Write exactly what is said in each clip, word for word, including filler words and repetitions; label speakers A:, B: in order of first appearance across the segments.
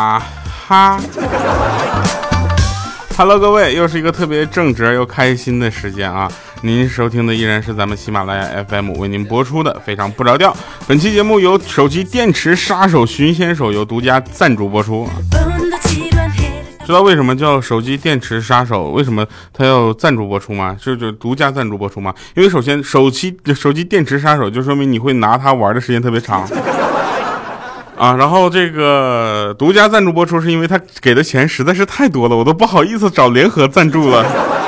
A: 啊哈。Hello， 各位，又是一个特别正直又开心的时间啊！您收听的依然是咱们喜马拉雅 F M 为您播出的非常不着调。本期节目由手机电池杀手寻仙手游独家赞助播出。知道为什么叫手机电池杀手？为什么它要赞助播出吗？就就独家赞助播出吗？因为首先手机手机电池杀手就说明你会拿它玩的时间特别长。啊，然后这个独家赞助播出是因为他给的钱实在是太多了，我都不好意思找联合赞助了。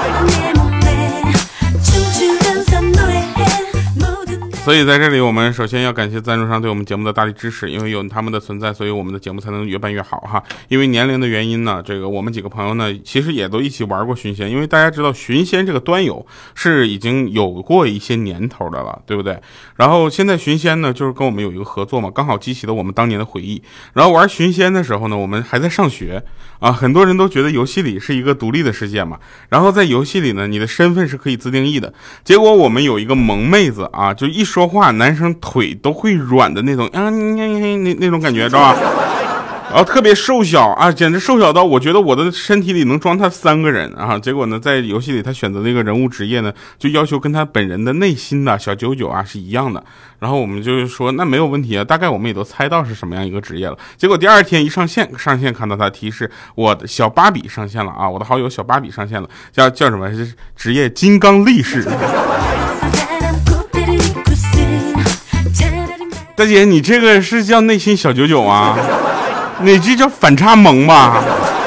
A: 所以在这里我们首先要感谢赞助商对我们节目的大力支持，因为有他们的存在，所以我们的节目才能越办越好哈。因为年龄的原因呢，这个我们几个朋友呢其实也都一起玩过寻仙，因为大家知道寻仙这个端游是已经有过一些年头的了，对不对？然后现在寻仙呢就是跟我们有一个合作嘛，刚好激起了我们当年的回忆。然后玩寻仙的时候呢，我们还在上学啊，很多人都觉得游戏里是一个独立的世界嘛，然后在游戏里呢你的身份是可以自定义的。结果我们有一个萌妹子啊，就一说话男生腿都会软的那种啊，那那种感觉，知道吧？然后特别瘦小啊，简直瘦小到我觉得我的身体里能装他三个人啊！结果呢，在游戏里他选择那个人物职业呢，就要求跟他本人的内心的小九九啊是一样的。然后我们就说那没有问题啊，大概我们也都猜到是什么样一个职业了。结果第二天一上线，上线看到他提示我的小芭比上线了啊，我的好友小芭比上线了，叫叫什么职业？金刚力士。大姐，你这个是叫内心小九九啊？你这叫反差萌吧？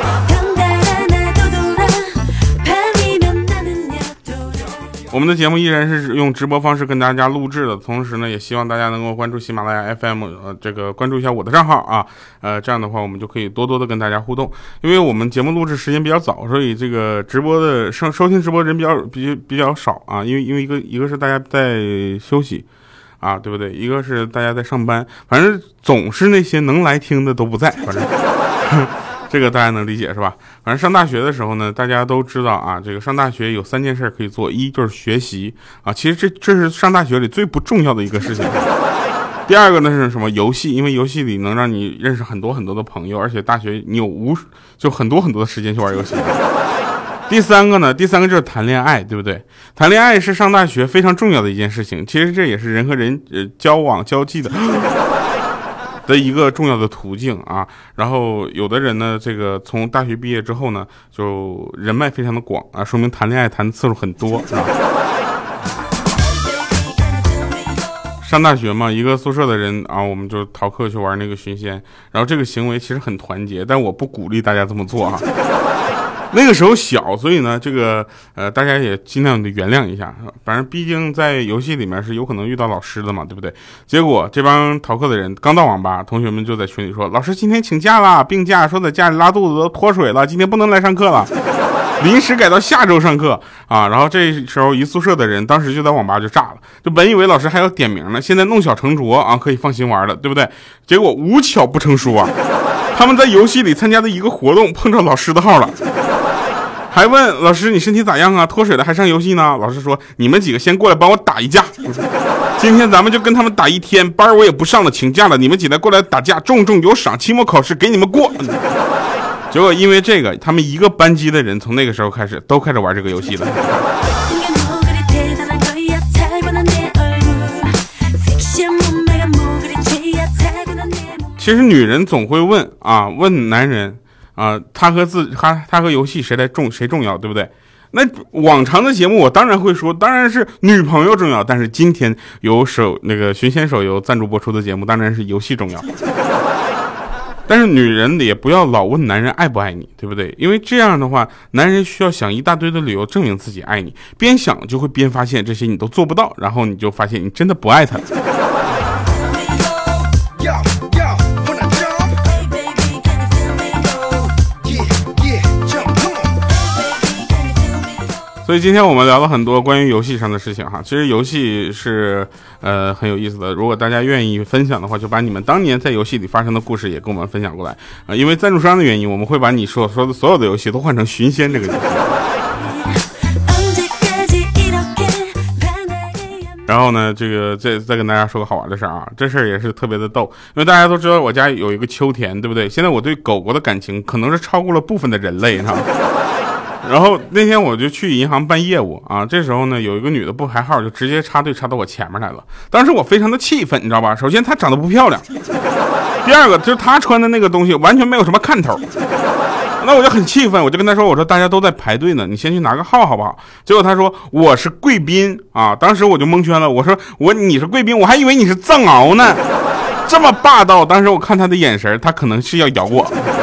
A: 我们的节目依然是用直播方式跟大家录制的，同时呢，也希望大家能够关注喜马拉雅 F M， 呃，这个关注一下我的账号啊，呃，这样的话我们就可以多多的跟大家互动。因为我们节目录制时间比较早，所以这个直播的收收听直播人比较比比较少啊，因为因为一个一个是大家在休息。啊，对不对？一个是大家在上班，反正总是那些能来听的都不在，反正这个大家能理解是吧？反正上大学的时候呢，大家都知道啊，这个上大学有三件事可以做，一就是学习啊，其实这这是上大学里最不重要的一个事情。第二个呢是什么？游戏，因为游戏里能让你认识很多很多的朋友，而且大学你有无就很多很多的时间去玩游戏。第三个呢，第三个就是谈恋爱，对不对？谈恋爱是上大学非常重要的一件事情，其实这也是人和人呃交往交际的的一个重要的途径啊。然后有的人呢，这个从大学毕业之后呢，就人脉非常的广啊，说明谈恋爱谈的次数很多啊。上大学嘛，一个宿舍的人啊，我们就逃课去玩那个寻仙，然后这个行为其实很团结，但我不鼓励大家这么做啊。那个时候小，所以呢，这个呃，大家也尽量的原谅一下。反正毕竟在游戏里面是有可能遇到老师的嘛，对不对？结果这帮逃课的人刚到网吧，同学们就在群里说：“老师今天请假了，病假，说在家里拉肚子都脱水了，今天不能来上课了，临时改到下周上课啊。”然后这时候一宿舍的人当时就在网吧就炸了，就本以为老师还要点名呢，现在弄巧成拙啊，可以放心玩了，对不对？结果无巧不成书啊，他们在游戏里参加的一个活动碰着老师的号了。还问老师你身体咋样啊？脱水了还上游戏呢？老师说你们几个先过来帮我打一架，今天咱们就跟他们打一天，班我也不上了，请假了，你们几个过来打架，重重有赏，期末考试给你们过。结果因为这个，他们一个班级的人从那个时候开始都开始玩这个游戏了。其实女人总会问啊，问男人。啊、呃，他和自他他和游戏谁来重谁重要，对不对？那往常的节目我当然会说，当然是女朋友重要。但是今天有手那个寻仙手游赞助播出的节目，当然是游戏重要。但是女人也不要老问男人爱不爱你，对不对？因为这样的话，男人需要想一大堆的理由证明自己爱你，边想就会边发现这些你都做不到，然后你就发现你真的不爱他。所以今天我们聊了很多关于游戏上的事情哈，其实游戏是呃很有意思的，如果大家愿意分享的话，就把你们当年在游戏里发生的故事也跟我们分享过来啊、呃，因为赞助商的原因，我们会把你所说的所有的游戏都换成寻仙这个游戏。 然后呢，这个再再跟大家说个好玩的事儿啊，这事儿也是特别的逗，因为大家都知道我家有一个秋田，对不对？现在我对狗狗的感情可能是超过了部分的人类，哈。然后那天我就去银行办业务啊，这时候呢有一个女的不排号，就直接插队插到我前面来了。当时我非常的气愤，你知道吧？首先她长得不漂亮，第二个就是她穿的那个东西完全没有什么看头。那我就很气愤，我就跟她说，我说大家都在排队呢，你先去拿个号好不好？结果她说我是贵宾啊，当时我就蒙圈了，我说我你是贵宾，我还以为你是藏獒呢，这么霸道。当时我看她的眼神，她可能是要咬我。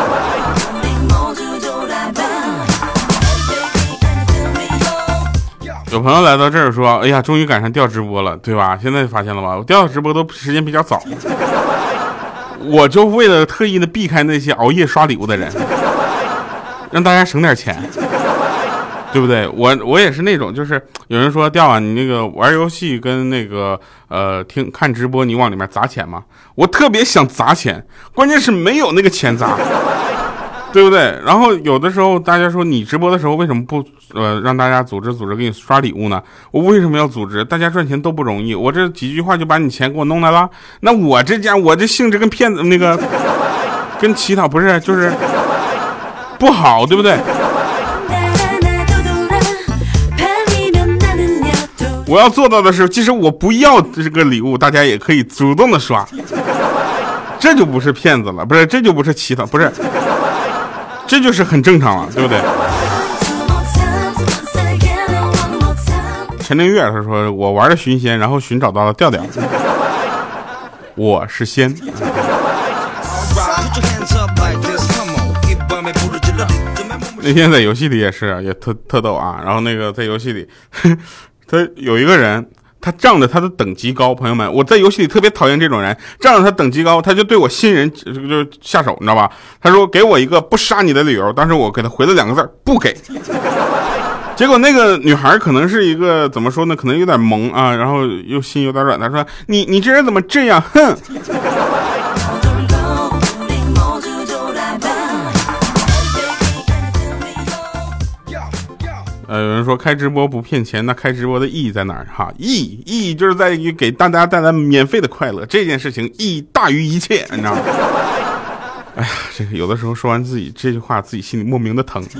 A: 有朋友来到这儿说，哎呀，终于赶上调直播了，对吧？现在发现了吧，我调直播都时间比较早，我就为了特意的避开那些熬夜刷礼物的人，让大家省点钱，对不对？我我也是那种，就是有人说调啊，你那个玩游戏跟那个呃听看直播，你往里面砸钱吗？我特别想砸钱，关键是没有那个钱砸。对不对？然后有的时候大家说你直播的时候为什么不呃让大家组织组织给你刷礼物呢？我为什么要组织？大家赚钱都不容易，我这几句话就把你钱给我弄来了。那我这家我这性质跟骗子那个跟乞讨不是就是不好，对不对？我要做到的是，即使我不要这个礼物，大家也可以主动的刷，这就不是骗子了，不是，这就不是乞讨，不是。这就是很正常了，对不对？陈凌月他说我玩了寻仙，然后寻找到了调调，我是仙。那天在游戏里也是也特特逗啊，然后那个在游戏里他有一个人，他仗着他的等级高，朋友们，我在游戏里特别讨厌这种人，仗着他等级高，他就对我新人就下手，你知道吧？他说给我一个不杀你的理由，当时我给他回了两个字，不给。结果那个女孩可能是一个怎么说呢，可能有点萌啊，然后又心有点软，他说你你这人怎么这样，哼。呃，有人说开直播不骗钱，那开直播的意义在哪儿？哈，意义意义就是在于给大家带来免费的快乐，这件事情意义大于一切，你知道吗？哎呀，这个有的时候说完自己这句话，自己心里莫名的疼啊。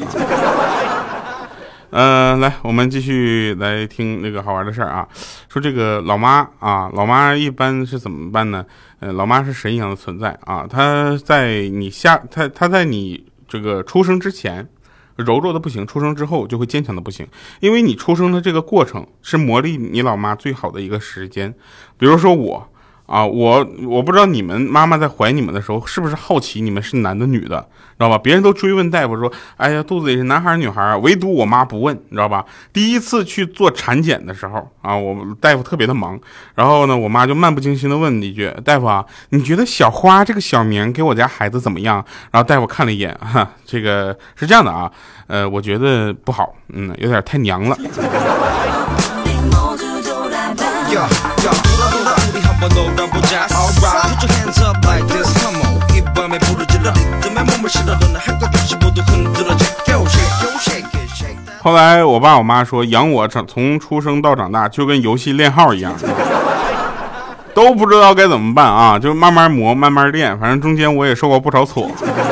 A: 呃，来，我们继续来听那个好玩的事儿啊。说这个老妈啊，老妈一般是怎么办呢？呃，老妈是神一样的存在啊，她在你下，她她在你这个出生之前。柔弱的不行，出生之后就会坚强的不行，因为你出生的这个过程是磨砺你老妈最好的一个时间。比如说我啊，我我不知道你们妈妈在怀你们的时候是不是好奇你们是男的女的，知道吧？别人都追问大夫说，哎呀，肚子里是男孩女孩，唯独我妈不问，你知道吧？第一次去做产检的时候啊，我大夫特别的忙，然后呢，我妈就漫不经心的问了一句，大夫啊，你觉得小花这个小名给我家孩子怎么样？然后大夫看了一眼，哈，这个是这样的啊，呃，我觉得不好，嗯，有点太娘了。后来我爸我妈说，养我长从出生到长大就跟游戏练号一样，都不知道该怎么办啊，就慢慢磨慢慢练，反正中间我也受过不少挫。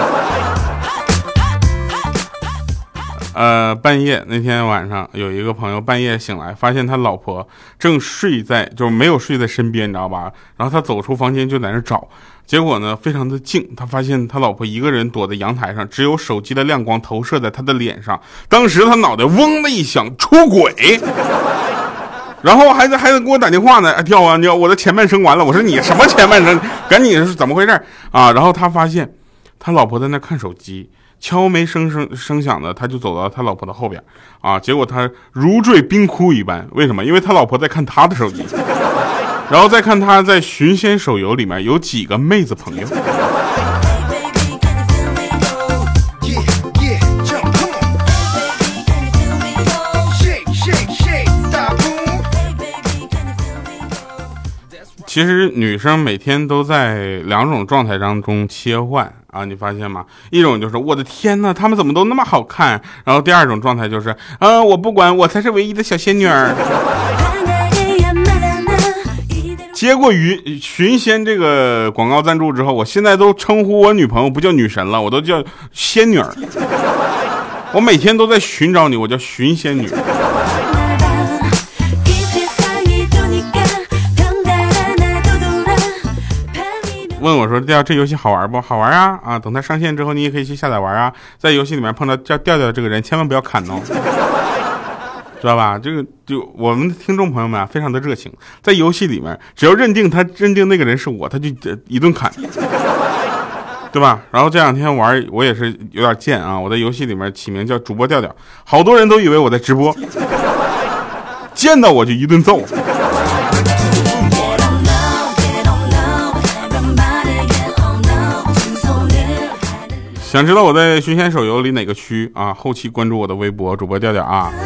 A: 呃，半夜那天晚上，有一个朋友半夜醒来，发现他老婆正睡在，就是没有睡在身边，你知道吧？然后他走出房间就在那找，结果呢，非常的静，他发现他老婆一个人躲在阳台上，只有手机的亮光投射在他的脸上。当时他脑袋嗡的一响，出轨，然后还得还得给我打电话呢，跳啊，你我的前半生完了，我说你什么前半生？赶紧是怎么回事啊？然后他发现他老婆在那看手机。悄没声声声响的，他就走到他老婆的后边啊，结果他如坠冰窟一般。为什么？因为他老婆在看他的手机，然后再看他在寻仙手游里面有几个妹子朋友。其实女生每天都在两种状态当中切换啊，你发现吗？一种就是我的天哪，她们怎么都那么好看，然后第二种状态就是，呃，我不管，我才是唯一的小仙女儿。 接过云寻仙这个广告赞助之后，我现在都称呼我女朋友不叫女神了，我都叫仙女儿。我每天都在寻找你，我叫寻仙女。问我说调这游戏好玩不？好玩啊啊！等它上线之后，你也可以去下载玩啊。在游戏里面碰到叫调调这个人，千万不要砍哦，知道吧？这个就我们的听众朋友们啊，非常的热情，在游戏里面，只要认定他认定那个人是我，他就一顿砍，对吧？然后这两天玩，我也是有点贱啊，我在游戏里面起名叫主播调调，好多人都以为我在直播，见到我就一顿揍。想知道我在寻仙手游里哪个区啊？后期关注我的微博主播调调啊。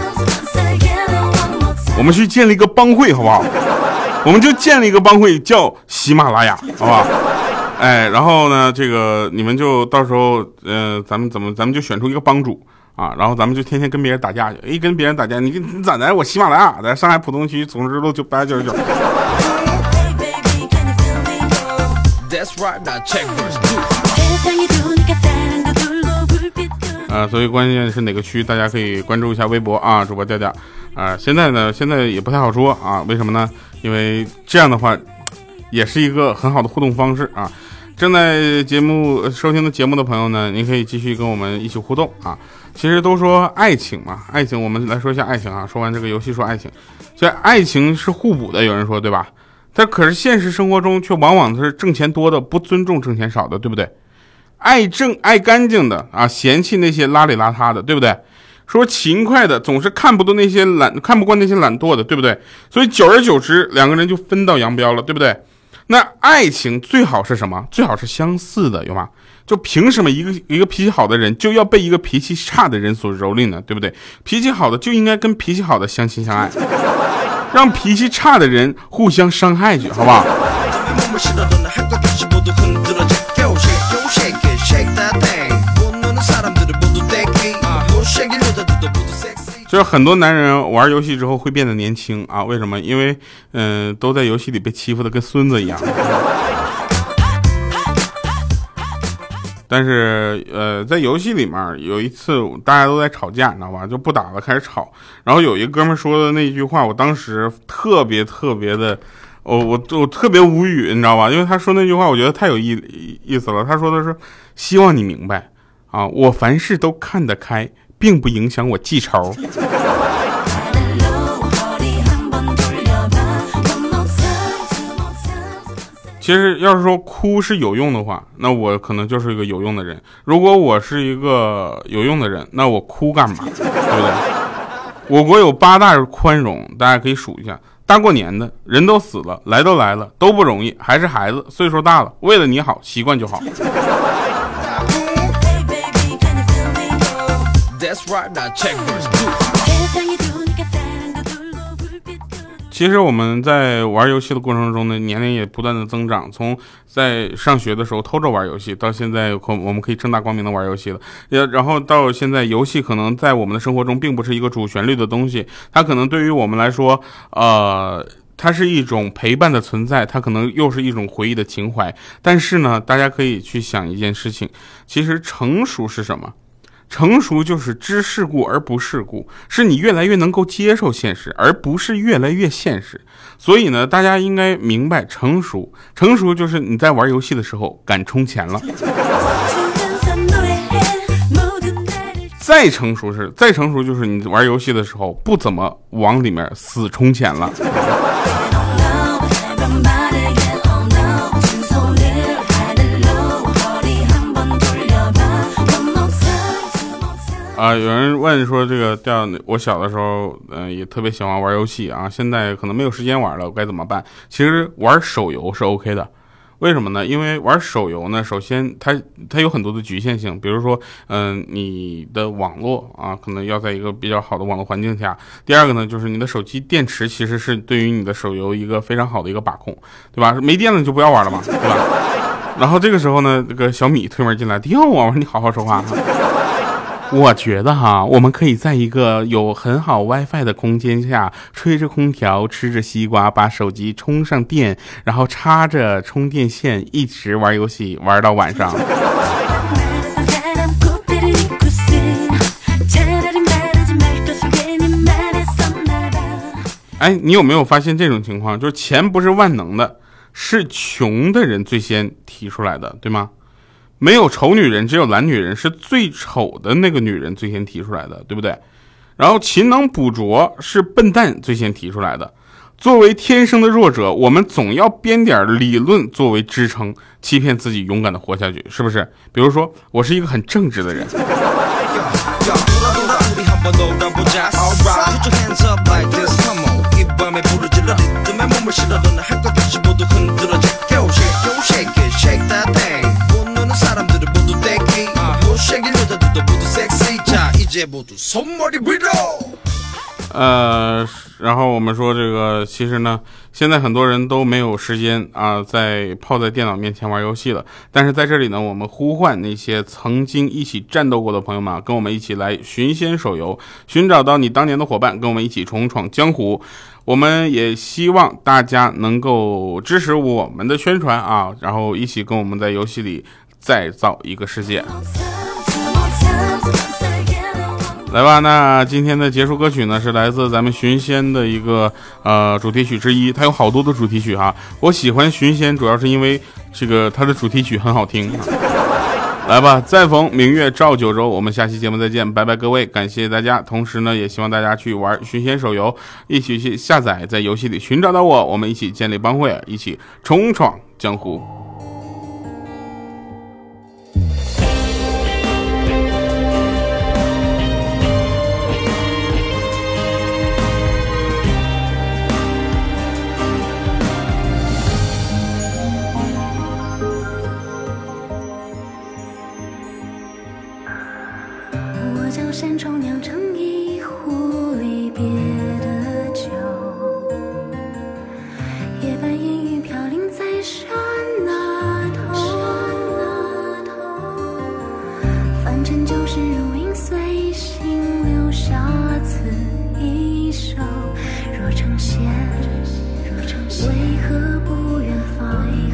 A: 我们去建立一个帮会好不好？我们就建立一个帮会叫喜马拉雅，好不好？哎，然后呢，这个你们就到时候，呃，咱们怎么，咱们就选出一个帮主啊，然后咱们就天天跟别人打架去。一跟别人打架，你你咋在我喜马拉雅，在上海浦东区总支路九八九九。呃，所以关键是哪个区，大家可以关注一下微博啊，主播调调啊。现在呢，现在也不太好说啊，为什么呢？因为这样的话，也是一个很好的互动方式啊。正在节目收听的节目的朋友呢，您可以继续跟我们一起互动啊。其实都说爱情嘛，爱情我们来说一下爱情啊。说完这个游戏说爱情，所以爱情是互补的，有人说对吧？但可是现实生活中却往往是挣钱多的不尊重挣钱少的，对不对？爱正爱干净的啊，嫌弃那些邋里邋遢的，对不对？说勤快的总是看不懂那些懒，看不惯那些懒惰的，对不对？所以久而久之，两个人就分道扬镳了，对不对？那爱情最好是什么？最好是相似的，有吗？就凭什么一个一个脾气好的人就要被一个脾气差的人所蹂躏呢？对不对？脾气好的就应该跟脾气好的相亲相爱，让脾气差的人互相伤害去，好不好？就是很多男人玩游戏之后会变得年轻啊，为什么？因为嗯、呃，都在游戏里被欺负的跟孙子一样。但是呃，在游戏里面有一次大家都在吵架，你知道吧？就不打了，开始吵。然后有一个哥们说的那句话，我当时特别特别的，我我我特别无语，你知道吧？因为他说那句话，我觉得太有意意思了。他说的是希望你明白啊，我凡事都看得开，并不影响我记仇。其实要是说哭是有用的话，那我可能就是一个有用的人。如果我是一个有用的人，那我哭干嘛？对不对？我国有八大宽容，大家可以数一下。大过年的，人都死了，来都来了，都不容易，还是孩子，岁数大了，为了你好，习惯就好。其实我们在玩游戏的过程中呢，年龄也不断的增长，从在上学的时候偷着玩游戏，到现在我们可以正大光明的玩游戏了，然后到现在游戏可能在我们的生活中并不是一个主旋律的东西，它可能对于我们来说呃它是一种陪伴的存在，它可能又是一种回忆的情怀。但是呢，大家可以去想一件事情，其实成熟是什么？成熟就是知世故而不世故，是你越来越能够接受现实，而不是越来越现实。所以呢，大家应该明白成熟，成熟就是你在玩游戏的时候敢充钱了。再成熟是再成熟就是你玩游戏的时候不怎么往里面死充钱了。啊、呃，有人问说这个调，我小的时候，嗯、呃，也特别喜欢玩游戏啊，现在可能没有时间玩了，该怎么办？其实玩手游是 OK 的，为什么呢？因为玩手游呢，首先它它有很多的局限性，比如说，嗯、呃，你的网络啊，可能要在一个比较好的网络环境下。第二个呢，就是你的手机电池其实是对于你的手游一个非常好的一个把控，对吧？没电了就不要玩了嘛，对吧？然后这个时候呢，这个小米推门进来，哟，我说你好好说话哈。 我觉得哈，我们可以在一个有很好 WiFi 的空间下，吹着空调，吃着西瓜，把手机充上电，然后插着充电线，一直玩游戏，玩到晚上。哎，你有没有发现这种情况？就是钱不是万能的，是穷的人最先提出来的，对吗？没有丑女人，只有懒女人，是最丑的那个女人最先提出来的，对不对？然后勤能补拙是笨蛋最先提出来的。作为天生的弱者，我们总要编点理论作为支撑，欺骗自己勇敢的活下去，是不是？比如说，我是一个很正直的人。呃，然后我们说这个，其实呢，现在很多人都没有时间啊，在泡在电脑面前玩游戏了。但是在这里呢，我们呼唤那些曾经一起战斗过的朋友们，跟我们一起来寻仙手游，寻找到你当年的伙伴，跟我们一起重闯江湖。我们也希望大家能够支持我们的宣传啊，然后一起跟我们在游戏里再造一个世界。来吧，那今天的结束歌曲呢，是来自咱们寻仙的一个呃主题曲之一，它有好多的主题曲哈。我喜欢寻仙，主要是因为这个它的主题曲很好听。来吧，再逢明月照九州，我们下期节目再见，拜拜各位，感谢大家。同时呢，也希望大家去玩寻仙手游，一起去下载，在游戏里寻找到我，我们一起建立帮会，一起重闯江湖。
B: 将山虫酿成一壶离别的酒，夜半烟雨飘零在山那头，凡尘旧事如影随形，留下此一首。若成仙，为何不远方？